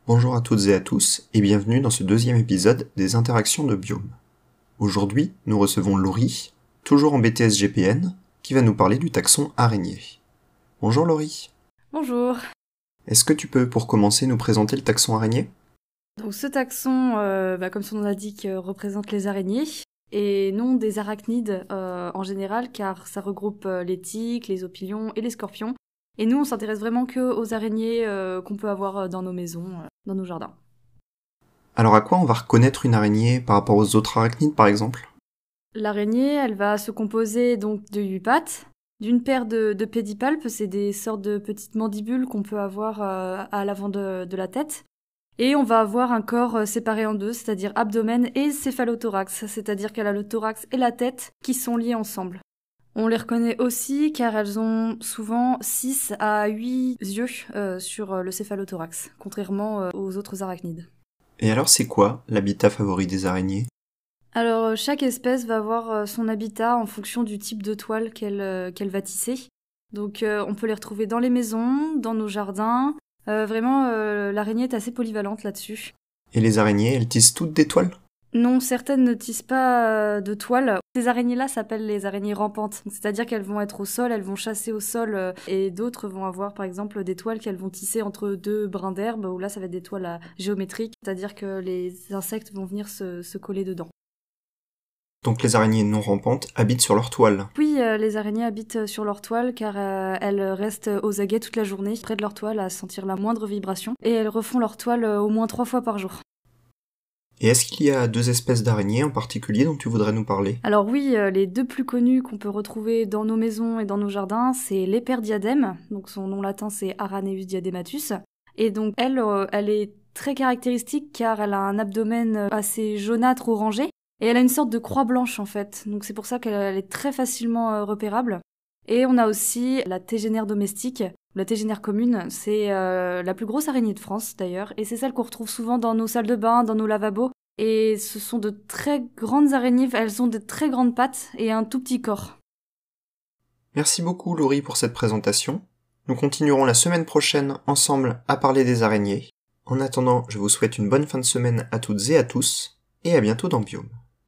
Bonjour à toutes et à tous, et bienvenue dans ce deuxième épisode des interactions de Biome. Aujourd'hui, nous recevons Laurie, toujours en BTS GPN, qui va nous parler du taxon araignée. Bonjour Laurie. Bonjour. Est-ce que tu peux, pour commencer, nous présenter le taxon araignée ? Donc ce taxon, comme son nom l'indique, représente les araignées, et non des arachnides en général, car ça regroupe les tiques, les opilions et les scorpions. Et nous, on s'intéresse vraiment que aux araignées qu'on peut avoir dans nos maisons, dans nos jardins. Alors à quoi on va reconnaître une araignée par rapport aux autres arachnides par exemple ? L'araignée, elle va se composer donc de 8 pattes, d'une paire de pédipalpes, c'est des sortes de petites mandibules qu'on peut avoir à l'avant de la tête. Et on va avoir un corps séparé en deux, c'est-à-dire abdomen et céphalothorax, c'est-à-dire qu'elle a le thorax et la tête qui sont liés ensemble. On les reconnaît aussi car elles ont souvent 6 à 8 yeux sur le céphalothorax, contrairement aux autres arachnides. Et alors c'est quoi l'habitat favori des araignées ? Alors chaque espèce va avoir son habitat en fonction du type de toile qu'elle va tisser. Donc on peut les retrouver dans les maisons, dans nos jardins. L'araignée est assez polyvalente là-dessus. Et les araignées, elles tissent toutes des toiles ? Non, certaines ne tissent pas de toile. Ces araignées-là s'appellent les araignées rampantes. C'est-à-dire qu'elles vont être au sol, elles vont chasser au sol, et d'autres vont avoir par exemple des toiles qu'elles vont tisser entre deux brins d'herbe, où là ça va être des toiles géométriques, c'est-à-dire que les insectes vont venir se coller dedans. Donc les araignées non rampantes habitent sur leur toile. Oui, les araignées habitent sur leur toile car elles restent aux aguets toute la journée, près de leur toile, à sentir la moindre vibration, et elles refont leur toile au moins 3 fois par jour. Et est-ce qu'il y a 2 espèces d'araignées en particulier dont tu voudrais nous parler ? Alors oui, les 2 plus connus qu'on peut retrouver dans nos maisons et dans nos jardins, c'est l'éperdiadème, donc son nom latin c'est Araneus diadematus, et donc elle est très caractéristique car elle a un abdomen assez jaunâtre orangé, et elle a une sorte de croix blanche en fait, donc c'est pour ça qu'elle est très facilement repérable. Et on a aussi la tégénaire domestique, la tégénaire commune, c'est la plus grosse araignée de France d'ailleurs, et c'est celle qu'on retrouve souvent dans nos salles de bain, dans nos lavabos. Et ce sont de très grandes araignées, elles ont de très grandes pattes et un tout petit corps. Merci beaucoup Laurie pour cette présentation. Nous continuerons la semaine prochaine ensemble à parler des araignées. En attendant, je vous souhaite une bonne fin de semaine à toutes et à tous, et à bientôt dans Biome.